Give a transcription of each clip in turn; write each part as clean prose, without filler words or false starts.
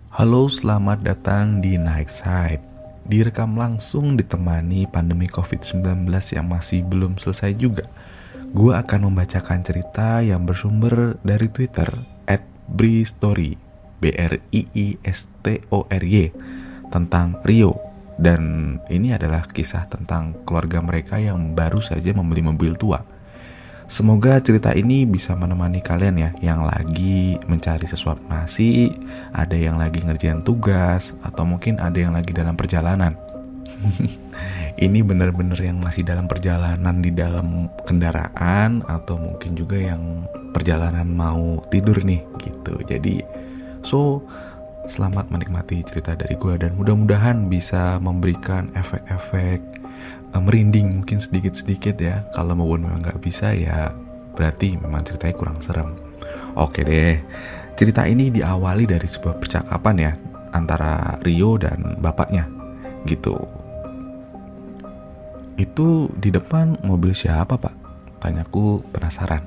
Halo, selamat datang di Night Side. Direkam langsung ditemani pandemi COVID-19 yang masih belum selesai juga. Gue akan membacakan cerita yang bersumber dari Twitter @bristory BRIISTORY tentang Rio. Dan ini adalah kisah tentang keluarga mereka yang baru saja membeli mobil tua. Semoga cerita ini bisa menemani kalian ya, yang lagi mencari sesuap nasi, ada yang lagi ngerjain tugas, atau mungkin ada yang lagi dalam perjalanan. Ini benar-benar yang masih dalam perjalanan di dalam kendaraan, atau mungkin juga yang perjalanan mau tidur nih gitu. Jadi, selamat menikmati cerita dari gue dan mudah-mudahan bisa memberikan efek-efek merinding mungkin sedikit-sedikit ya. Kalau maupun memang gak bisa ya berarti memang ceritanya kurang serem. Oke deh, cerita ini diawali dari sebuah percakapan ya antara Rio dan bapaknya gitu. Itu di depan mobil siapa pak? Tanyaku penasaran.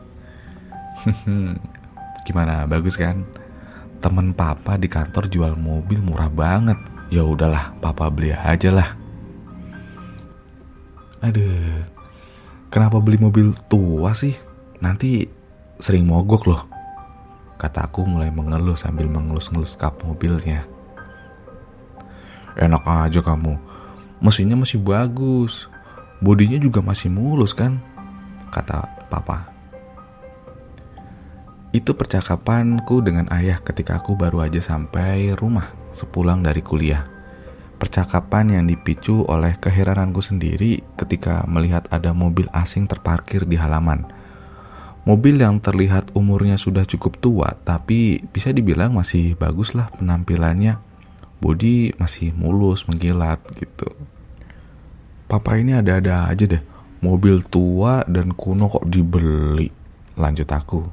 Gimana, bagus kan? Temen papa di kantor jual mobil murah banget. Ya udahlah, papa beli aja lah. Aduh, kenapa beli mobil tua sih? Nanti sering mogok loh. Kataku mulai mengeluh sambil mengelus-ngelus kap mobilnya. Enak aja kamu, mesinnya masih bagus, bodinya juga masih mulus kan? Kata papa. Itu percakapanku dengan ayah ketika aku baru aja sampai rumah sepulang dari kuliah. Percakapan yang dipicu oleh keherananku sendiri ketika melihat ada mobil asing terparkir di halaman. Mobil yang terlihat umurnya sudah cukup tua, tapi bisa dibilang masih bagus lah penampilannya. Bodi masih mulus, mengkilat gitu. Papa ini ada-ada aja deh, mobil tua dan kuno kok dibeli. Lanjut aku.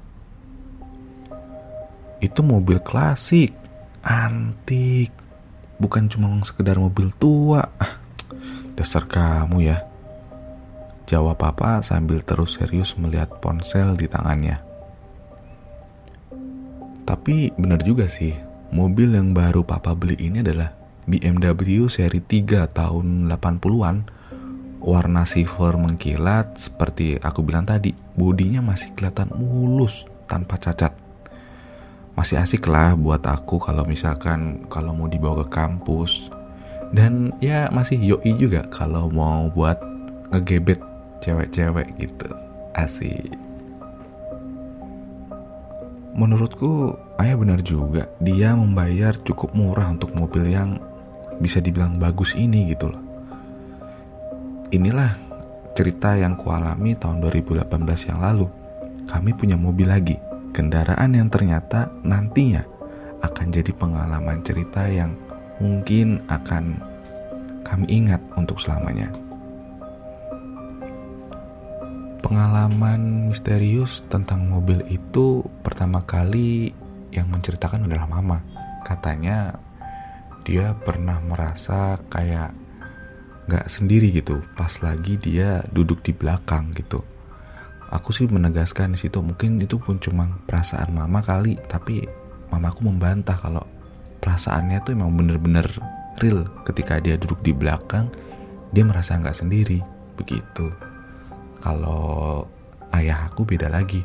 Itu mobil klasik, antik. Bukan cuma sekedar mobil tua. Dasar kamu ya, jawab papa sambil terus serius melihat ponsel di tangannya. Tapi benar juga sih, mobil yang baru papa beli ini adalah BMW seri 3 tahun 80-an. Warna silver mengkilat seperti aku bilang tadi. Bodinya masih kelihatan mulus tanpa cacat. Masih asik lah buat aku kalau misalkan kalau mau dibawa ke kampus. Dan ya masih yoi juga kalau mau buat ngegebet cewek-cewek gitu. Asik. Menurutku ayah benar juga, dia membayar cukup murah untuk mobil yang bisa dibilang bagus ini gitu loh. Inilah cerita yang kualami tahun 2018 yang lalu. Kami punya mobil lagi, kendaraan yang ternyata nantinya akan jadi pengalaman cerita yang mungkin akan kami ingat untuk selamanya. Pengalaman misterius tentang mobil itu pertama kali yang menceritakan adalah mama. Katanya dia pernah merasa kayak gak sendiri gitu pas lagi dia duduk di belakang gitu. Aku sih menegaskan di situ mungkin itu pun cuma perasaan mama kali, tapi mamaku membantah kalau perasaannya tuh emang bener-bener real. Ketika dia duduk di belakang, dia merasa nggak sendiri begitu. Kalau ayah aku beda lagi.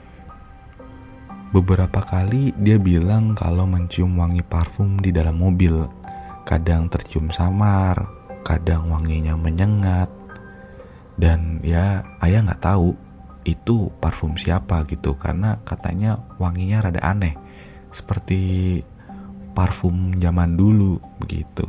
Beberapa kali dia bilang kalau mencium wangi parfum di dalam mobil, kadang tercium samar, kadang wanginya menyengat, dan ya ayah nggak tahu itu parfum siapa gitu, karena katanya wanginya rada aneh seperti parfum zaman dulu begitu.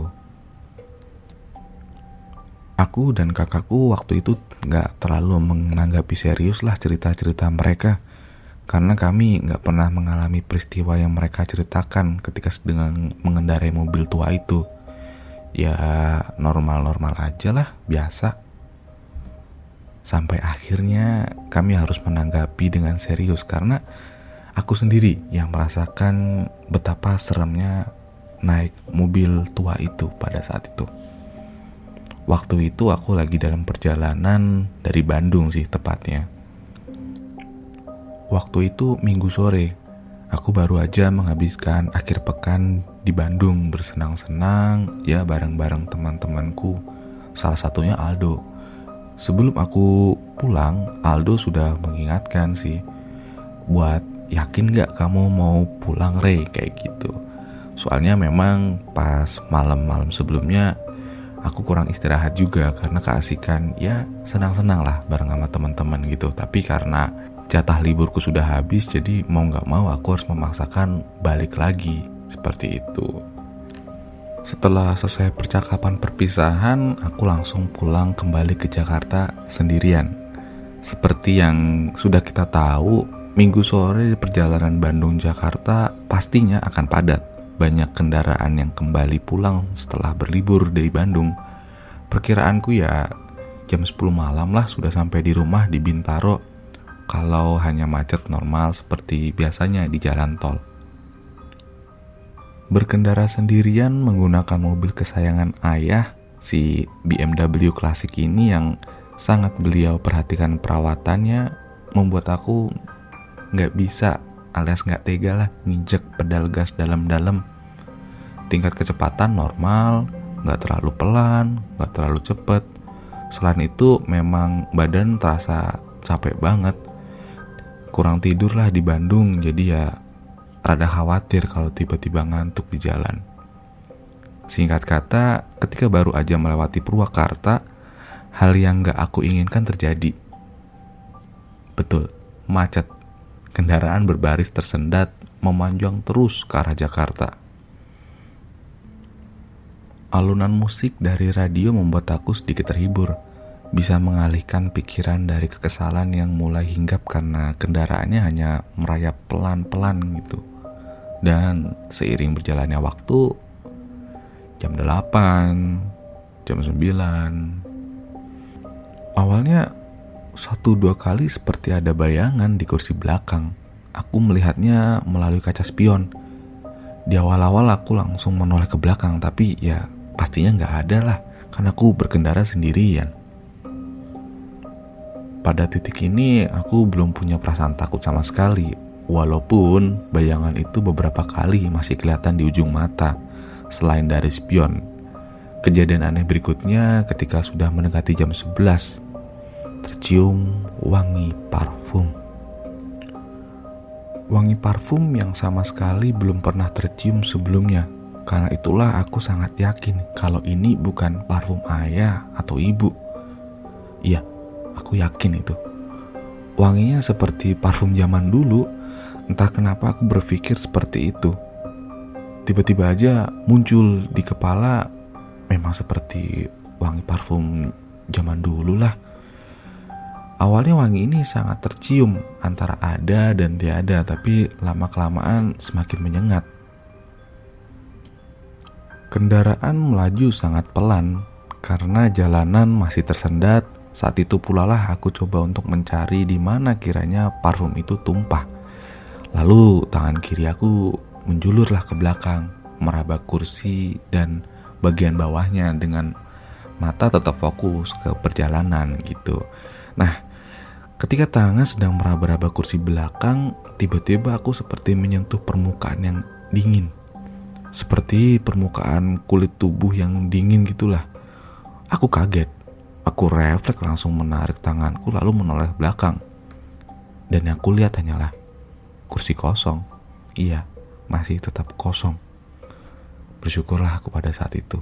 Aku dan kakakku waktu itu gak terlalu menanggapi serius lah cerita-cerita mereka, karena kami gak pernah mengalami peristiwa yang mereka ceritakan ketika sedang mengendarai mobil tua itu. Ya normal-normal aja lah, biasa. Sampai akhirnya kami harus menanggapi dengan serius karena aku sendiri yang merasakan betapa seremnya naik mobil tua itu pada saat itu. Waktu itu aku lagi dalam perjalanan dari Bandung sih tepatnya. Waktu itu Minggu sore, Aku baru aja menghabiskan akhir pekan di Bandung bersenang-senang ya bareng-bareng teman-temanku. Salah satunya Aldo. Sebelum aku pulang, Aldo sudah mengingatkan sih, buat yakin gak kamu mau pulang Rey, kayak gitu. Soalnya memang pas malam-malam sebelumnya aku kurang istirahat juga karena keasikan ya senang-senang lah bareng sama teman-teman gitu. Tapi karena jatah liburku sudah habis, jadi mau gak mau aku harus memaksakan balik lagi, seperti itu. Setelah selesai percakapan perpisahan, aku langsung pulang kembali ke Jakarta sendirian. Seperti yang sudah kita tahu, minggu sore perjalanan Bandung-Jakarta pastinya akan padat. Banyak kendaraan yang kembali pulang setelah berlibur dari Bandung. Perkiraanku ya jam 10 malam lah sudah sampai di rumah di Bintaro, kalau hanya macet normal seperti biasanya di jalan tol. Berkendara sendirian menggunakan mobil kesayangan ayah, si BMW klasik ini yang sangat beliau perhatikan perawatannya, membuat aku gak bisa alias gak tega lah nginjek pedal gas dalam-dalam. Tingkat kecepatan normal, gak terlalu pelan, gak terlalu cepet. Selain itu memang badan terasa capek banget. Kurang tidur lah di Bandung, jadi ya rada khawatir kalau tiba-tiba ngantuk di jalan. Singkat kata, ketika baru aja melewati Purwakarta, hal yang gak aku inginkan terjadi. Betul, macet. Kendaraan berbaris tersendat memanjang terus ke arah Jakarta. Alunan musik dari radio membuat aku sedikit terhibur. Bisa mengalihkan pikiran dari kekesalan yang mulai hinggap karena kendaraannya hanya merayap pelan-pelan gitu. Dan seiring berjalannya waktu, jam 8, jam 9. Awalnya 1-2 kali seperti ada bayangan di kursi belakang. Aku melihatnya melalui kaca spion. Di awal-awal aku langsung menoleh ke belakang, tapi ya pastinya gak ada lah, karena aku berkendara sendirian. Pada titik ini aku belum punya perasaan takut sama sekali, walaupun bayangan itu beberapa kali masih kelihatan di ujung mata selain dari spion. Kejadian aneh berikutnya ketika sudah mendekati jam 11, tercium wangi parfum. Wangi parfum yang sama sekali belum pernah tercium sebelumnya. Karena itulah aku sangat yakin kalau ini bukan parfum ayah atau ibu. Iya, aku yakin itu. Wanginya seperti parfum zaman dulu. Entah kenapa aku berpikir seperti itu. Tiba-tiba aja muncul di kepala, memang seperti wangi parfum zaman dulu lah. Awalnya wangi ini sangat tercium, antara ada dan tiada, tapi lama-kelamaan semakin menyengat. Kendaraan melaju sangat pelan karena jalanan masih tersendat. Saat itu pula lah aku coba untuk mencari di mana kiranya parfum itu tumpah. Lalu tangan kiri aku menjulurlah ke belakang, meraba kursi dan bagian bawahnya dengan mata tetap fokus ke perjalanan gitu. Nah, ketika tangan sedang meraba-raba kursi belakang, tiba-tiba aku seperti menyentuh permukaan yang dingin. Seperti permukaan kulit tubuh yang dingin gitulah. Aku kaget. Aku refleks langsung menarik tanganku lalu menoleh belakang. Dan yang aku lihat hanyalah kursi kosong. Iya, masih tetap kosong. Bersyukurlah aku pada saat itu.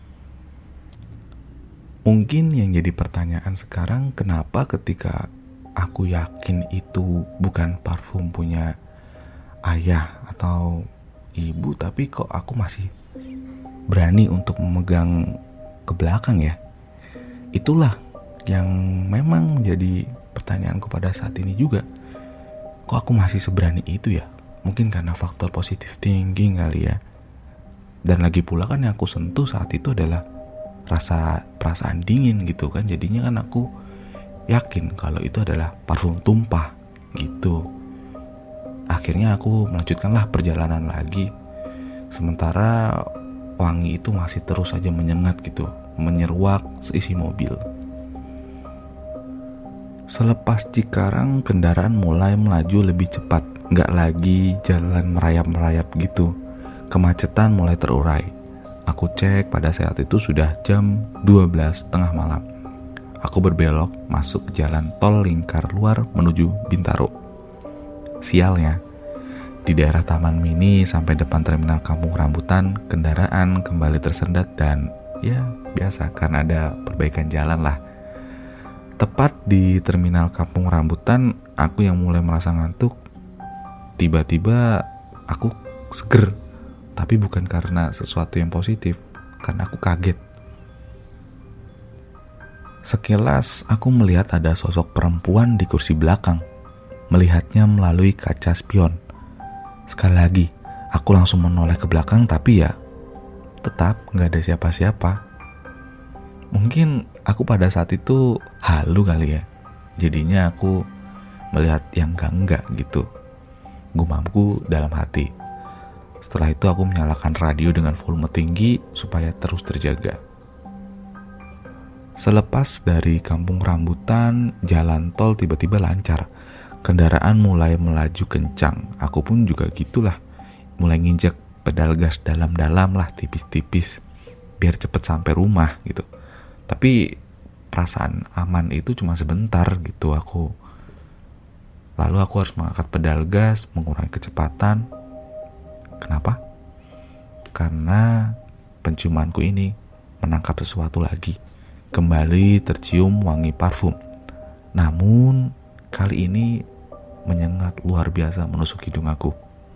Mungkin yang jadi pertanyaan sekarang, kenapa ketika aku yakin itu bukan parfum punya ayah atau ibu, tapi kok aku masih berani untuk memegang ke belakang ya? Itulah yang memang menjadi pertanyaanku pada saat ini juga. Kok aku masih seberani itu ya? Mungkin karena faktor positive thinking kali ya. Dan lagi pula kan yang aku sentuh saat itu adalah perasaan dingin gitu kan. Jadinya kan aku yakin kalau itu adalah parfum tumpah gitu. Akhirnya aku melanjutkanlah perjalanan lagi. Sementara wangi itu masih terus saja menyengat gitu, menyeruak seisi mobil. Selepas Cikarang, kendaraan mulai melaju lebih cepat, Nggak lagi jalan merayap-merayap gitu. Kemacetan mulai terurai. Aku cek pada saat itu sudah jam 12 tengah malam. Aku berbelok masuk ke jalan tol lingkar luar menuju Bintaro. Sialnya, di daerah Taman Mini sampai depan terminal Kampung Rambutan, kendaraan kembali tersendat dan ya biasa karena ada perbaikan jalan lah. Tepat di terminal Kampung Rambutan, aku yang mulai merasa ngantuk. Tiba-tiba aku seger, tapi bukan karena sesuatu yang positif, karena aku kaget. Sekilas aku melihat ada sosok perempuan di kursi belakang, melihatnya melalui kaca spion. Sekali lagi, aku langsung menoleh ke belakang, tapi ya tetap gak ada siapa-siapa. Mungkin aku pada saat itu halu kali ya, jadinya aku melihat yang enggak gitu. Gumamku dalam hati. Setelah itu aku menyalakan radio dengan volume tinggi supaya terus terjaga. Selepas dari Kampung Rambutan, jalan tol tiba-tiba lancar. Kendaraan mulai melaju kencang. Aku pun juga gitulah. Mulai nginjek pedal gas dalam-dalam lah, tipis-tipis. Biar cepet sampai rumah gitu. Tapi perasaan aman itu cuma sebentar gitu aku. Lalu aku harus mengangkat pedal gas, mengurangi kecepatan. Kenapa? Karena penciumanku ini menangkap sesuatu lagi. Kembali tercium wangi parfum. Namun kali ini menyengat luar biasa menusuk hidung aku.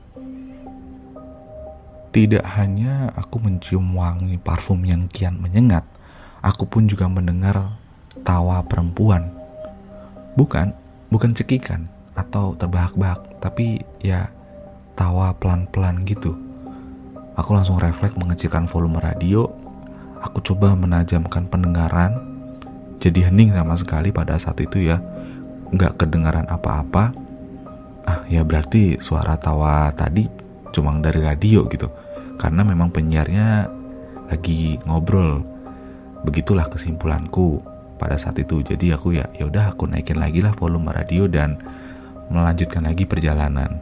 Tidak hanya aku mencium wangi parfum yang kian menyengat, aku pun juga mendengar tawa perempuan. Bukan cekikan atau terbahak-bahak, tapi ya tawa pelan-pelan gitu. Aku langsung refleks mengecilkan volume radio. Aku coba menajamkan pendengaran. Jadi hening sama sekali pada saat itu ya. Nggak kedengaran apa-apa. Ya berarti suara tawa tadi cuma dari radio gitu. Karena memang penyiarnya lagi ngobrol. Begitulah kesimpulanku pada saat itu. Jadi aku ya udah aku naikin lagi lah volume radio dan melanjutkan lagi perjalanan.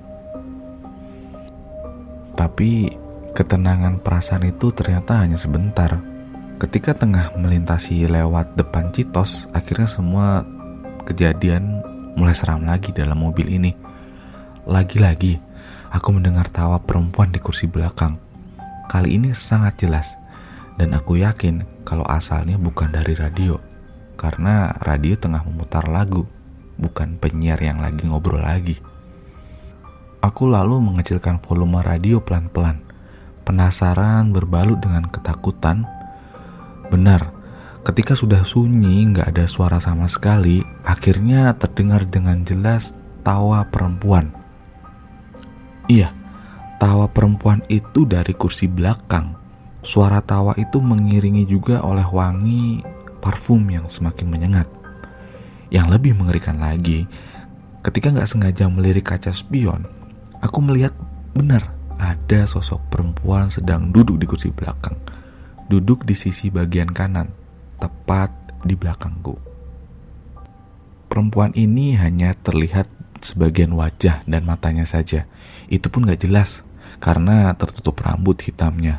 Tapi ketenangan perasaan itu ternyata hanya sebentar. Ketika tengah melintasi lewat depan Citos, akhirnya semua kejadian mulai seram lagi dalam mobil ini. Lagi-lagi aku mendengar tawa perempuan di kursi belakang. Kali ini sangat jelas, dan aku yakin kalau asalnya bukan dari radio, karena radio tengah memutar lagu, bukan penyiar yang lagi ngobrol lagi. Aku lalu mengecilkan volume radio pelan-pelan. Penasaran berbalut dengan ketakutan. Benar, ketika sudah sunyi, gak ada suara sama sekali, akhirnya terdengar dengan jelas tawa perempuan. Iya, tawa perempuan itu dari kursi belakang. Suara tawa itu mengiringi juga oleh wangi parfum yang semakin menyengat. Yang lebih mengerikan lagi, ketika gak sengaja melirik kaca spion, aku melihat benar ada sosok perempuan sedang duduk di kursi belakang. Duduk di sisi bagian kanan, tepat di belakangku. Perempuan ini hanya terlihat sebagian wajah dan matanya saja. Itu pun gak jelas, karena tertutup rambut hitamnya.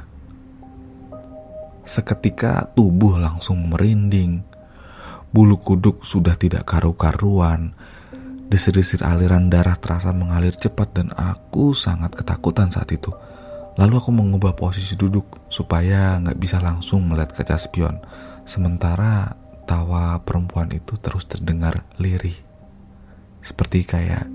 Seketika tubuh langsung merinding. Bulu kuduk sudah tidak karu-karuan. Desir-desir aliran darah terasa mengalir cepat dan aku sangat ketakutan saat itu. Lalu aku mengubah posisi duduk supaya gak bisa langsung melihat kaca spion. Sementara tawa perempuan itu terus terdengar lirih. Seperti kayak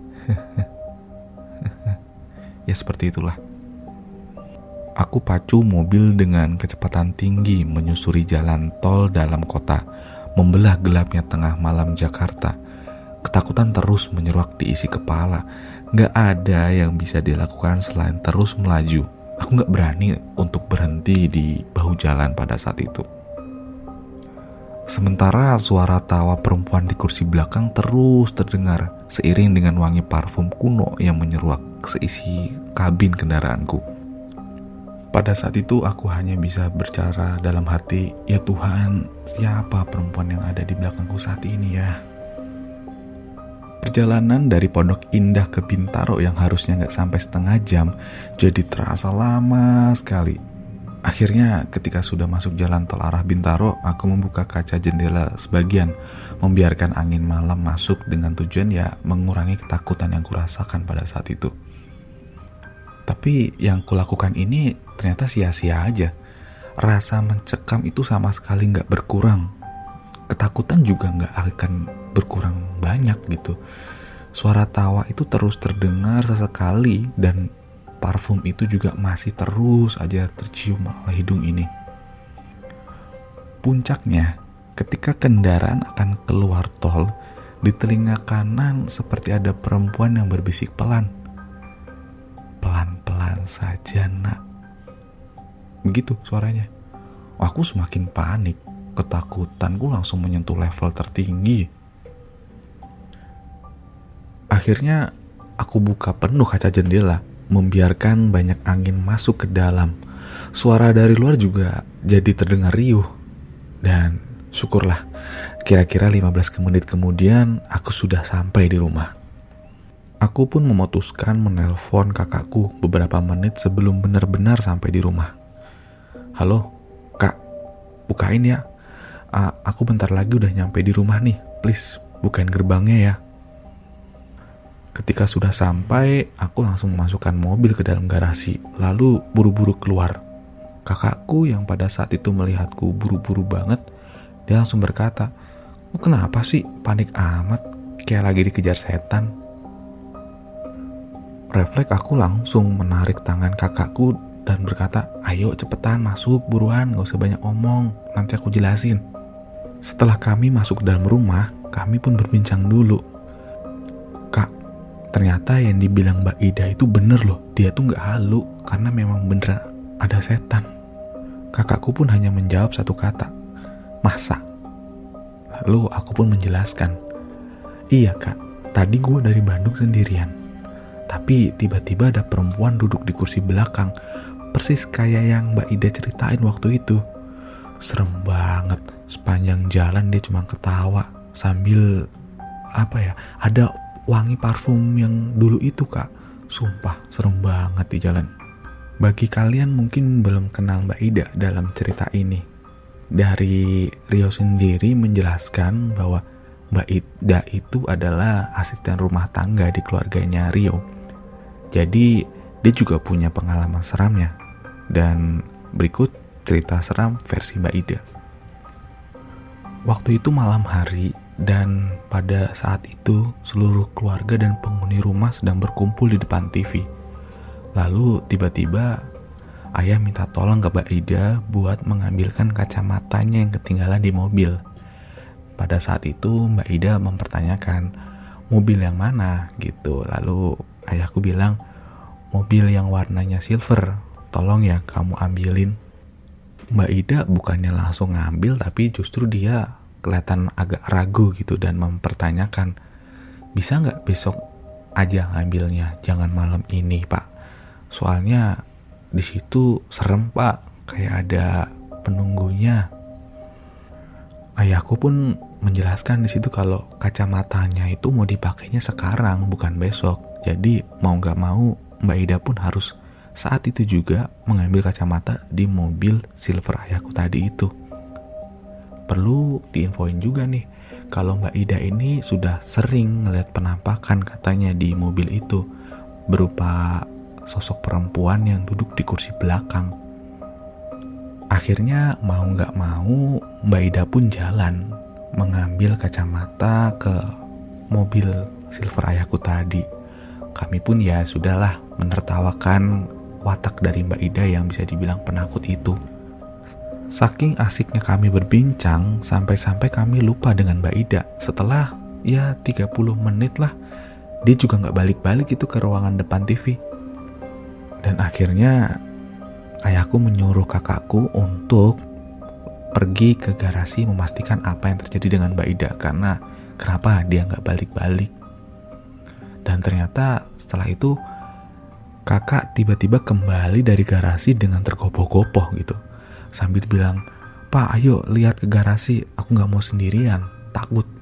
ya seperti itulah. Aku pacu mobil dengan kecepatan tinggi menyusuri jalan tol dalam kota, membelah gelapnya tengah malam Jakarta. Ketakutan terus menyeruak di isi kepala. Gak ada yang bisa dilakukan selain terus melaju. Aku gak berani untuk berhenti di bahu jalan pada saat itu. Sementara suara tawa perempuan di kursi belakang terus terdengar seiring dengan wangi parfum kuno yang menyeruak seisi kabin kendaraanku. Pada saat itu aku hanya bisa bercara dalam hati, ya Tuhan, siapa perempuan yang ada di belakangku saat ini ya? Perjalanan dari Pondok Indah ke Bintaro yang harusnya gak sampai setengah jam jadi terasa lama sekali. Akhirnya ketika sudah masuk jalan tol arah Bintaro, aku membuka kaca jendela sebagian, membiarkan angin malam masuk dengan tujuan ya mengurangi ketakutan yang kurasakan pada saat itu. Tapi yang kulakukan ini ternyata sia-sia aja. Rasa mencekam itu sama sekali gak berkurang. Ketakutan juga gak akan berkurang banyak gitu. Suara tawa itu terus terdengar sesekali dan parfum itu juga masih terus aja tercium oleh hidung ini. Puncaknya, ketika kendaraan akan keluar tol, di telinga kanan seperti ada perempuan yang berbisik pelan. Pelan-pelan saja nak. Begitu suaranya. Aku semakin panik. Ketakutanku langsung menyentuh level tertinggi. Akhirnya aku buka penuh kaca jendela, membiarkan banyak angin masuk ke dalam. Suara dari luar juga jadi terdengar riuh. Dan syukurlah, kira-kira 15 menit kemudian aku sudah sampai di rumah. Aku pun memutuskan menelpon kakakku beberapa menit sebelum benar-benar sampai di rumah. Halo, kak, bukain ya. Aku bentar lagi udah nyampe di rumah nih, please bukain gerbangnya ya. Ketika sudah sampai, aku langsung memasukkan mobil ke dalam garasi, lalu buru-buru keluar. Kakakku yang pada saat itu melihatku buru-buru banget, dia langsung berkata, kenapa sih panik amat, kayak lagi dikejar setan? Refleks aku langsung menarik tangan kakakku dan berkata, ayo cepetan masuk buruan, gak usah banyak omong, nanti aku jelasin. Setelah kami masuk ke dalam rumah, kami pun berbincang dulu. Kak, ternyata yang dibilang Mbak Ida itu bener loh, dia tuh gak halu, karena memang beneran ada setan. Kakakku pun hanya menjawab satu kata, masa? Lalu aku pun menjelaskan, iya kak, tadi gue dari Bandung sendirian. Tapi tiba-tiba ada perempuan duduk di kursi belakang, persis kayak yang Mbak Ida ceritain waktu itu. Serem banget, sepanjang jalan dia cuma ketawa sambil ada wangi parfum yang dulu itu kak. Sumpah serem banget di jalan. Bagi kalian mungkin belum kenal Mbak Ida dalam cerita ini, dari Rio sendiri menjelaskan bahwa Mbak Ida itu adalah asisten rumah tangga di keluarganya Rio. Jadi dia juga punya pengalaman seramnya. Dan berikut cerita seram versi Mbak Ida. Waktu itu malam hari dan pada saat itu seluruh keluarga dan penghuni rumah sedang berkumpul di depan TV. Lalu tiba-tiba ayah minta tolong ke Mbak Ida buat mengambilkan kacamatanya yang ketinggalan di mobil. Pada saat itu Mbak Ida mempertanyakan mobil yang mana gitu. Lalu ayahku bilang mobil yang warnanya silver, tolong ya kamu ambilin. Mbak Ida bukannya langsung ngambil, tapi justru dia kelihatan agak ragu gitu dan mempertanyakan, bisa nggak besok aja ngambilnya, jangan malam ini pak. Soalnya di situ serem pak, kayak ada penunggunya. Ayahku pun menjelaskan di situ kalau kacamatanya itu mau dipakainya sekarang bukan besok. Jadi mau nggak mau Mbak Ida pun harus saat itu juga mengambil kacamata di mobil silver ayahku tadi itu. Perlu diinfoin juga nih, kalau Mbak Ida ini sudah sering ngeliat penampakan katanya di mobil itu, berupa sosok perempuan yang duduk di kursi belakang. Akhirnya mau nggak mau Mbak Ida pun jalan mengambil kacamata ke mobil silver ayahku tadi. Kami pun ya sudahlah menertawakan watak dari Mbak Ida yang bisa dibilang penakut itu. Saking asiknya kami berbincang, sampai-sampai kami lupa dengan Mbak Ida. Setelah ya 30 menit lah, dia juga gak balik-balik itu ke ruangan depan TV. Dan akhirnya ayahku menyuruh kakakku untuk pergi ke garasi memastikan apa yang terjadi dengan Mbak Ida, karena kenapa dia gak balik-balik. Dan ternyata setelah itu kakak tiba-tiba kembali dari garasi dengan tergopoh-gopoh gitu, sambil bilang, Pak ayo lihat ke garasi, aku gak mau sendirian, takut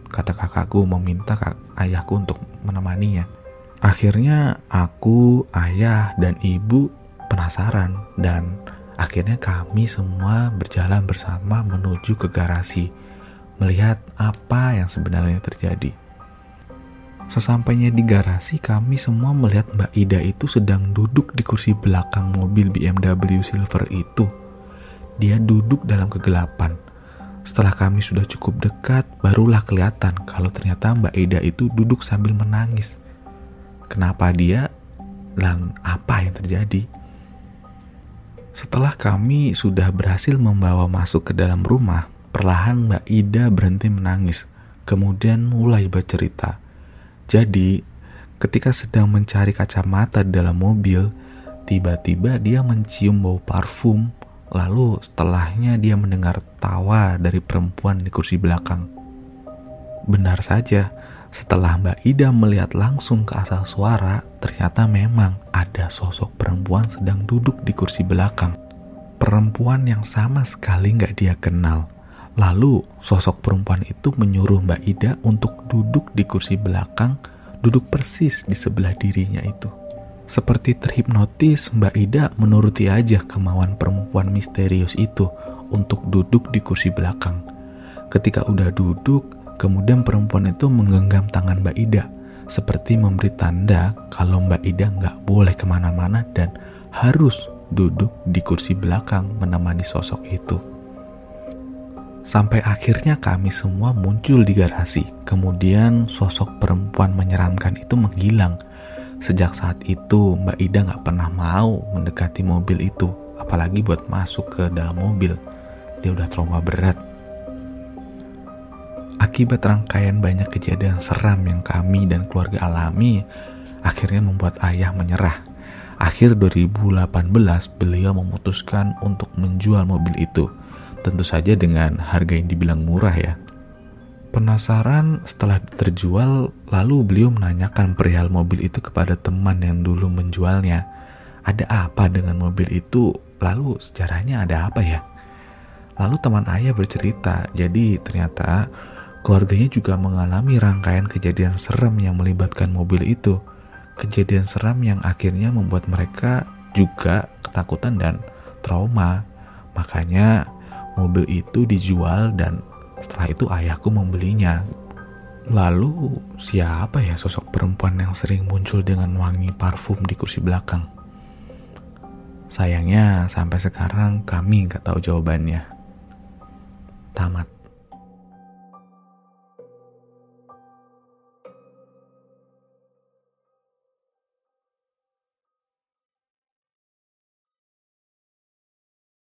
kata kakakku meminta ayahku untuk menemaninya. Akhirnya aku, ayah, dan ibu penasaran dan akhirnya kami semua berjalan bersama menuju ke garasi, melihat apa yang sebenarnya terjadi. Sesampainya di garasi, kami semua melihat Mbak Ida itu sedang duduk di kursi belakang mobil BMW Silver itu. Dia duduk dalam kegelapan. Setelah kami sudah cukup dekat, barulah kelihatan kalau ternyata Mbak Ida itu duduk sambil menangis. Kenapa dia dan apa yang terjadi? Setelah kami sudah berhasil membawa masuk ke dalam rumah, perlahan Mbak Ida berhenti menangis, kemudian mulai bercerita. Jadi, ketika sedang mencari kacamata di dalam mobil, tiba-tiba dia mencium bau parfum, lalu setelahnya dia mendengar tawa dari perempuan di kursi belakang. Benar saja, setelah Mbak Ida melihat langsung ke asal suara, ternyata memang ada sosok perempuan sedang duduk di kursi belakang. Perempuan yang sama sekali gak dia kenal. Lalu sosok perempuan itu menyuruh Mbak Ida untuk duduk di kursi belakang, duduk persis di sebelah dirinya itu. Seperti terhipnotis, Mbak Ida menuruti aja kemauan perempuan misterius itu untuk duduk di kursi belakang. Ketika udah duduk, kemudian perempuan itu menggenggam tangan Mbak Ida, seperti memberi tanda kalau Mbak Ida nggak boleh kemana-mana dan harus duduk di kursi belakang menemani sosok itu. Sampai akhirnya kami semua muncul di garasi, kemudian sosok perempuan menyeramkan itu menghilang. Sejak saat itu Mbak Ida nggak pernah mau mendekati mobil itu, apalagi buat masuk ke dalam mobil. Dia udah trauma berat. Akibat rangkaian banyak kejadian seram yang kami dan keluarga alami, akhirnya membuat ayah menyerah. Akhir 2018, beliau memutuskan untuk menjual mobil itu. Tentu saja dengan harga yang dibilang murah ya. Penasaran setelah terjual, lalu beliau menanyakan perihal mobil itu kepada teman yang dulu menjualnya. Ada apa dengan mobil itu? Lalu sejarahnya ada apa ya? Lalu teman ayah bercerita, jadi ternyata keluarganya juga mengalami rangkaian kejadian serem yang melibatkan mobil itu. Kejadian seram yang akhirnya membuat mereka juga ketakutan dan trauma. Makanya mobil itu dijual dan setelah itu ayahku membelinya. Lalu siapa ya sosok perempuan yang sering muncul dengan wangi parfum di kursi belakang? Sayangnya sampai sekarang kami gak tahu jawabannya.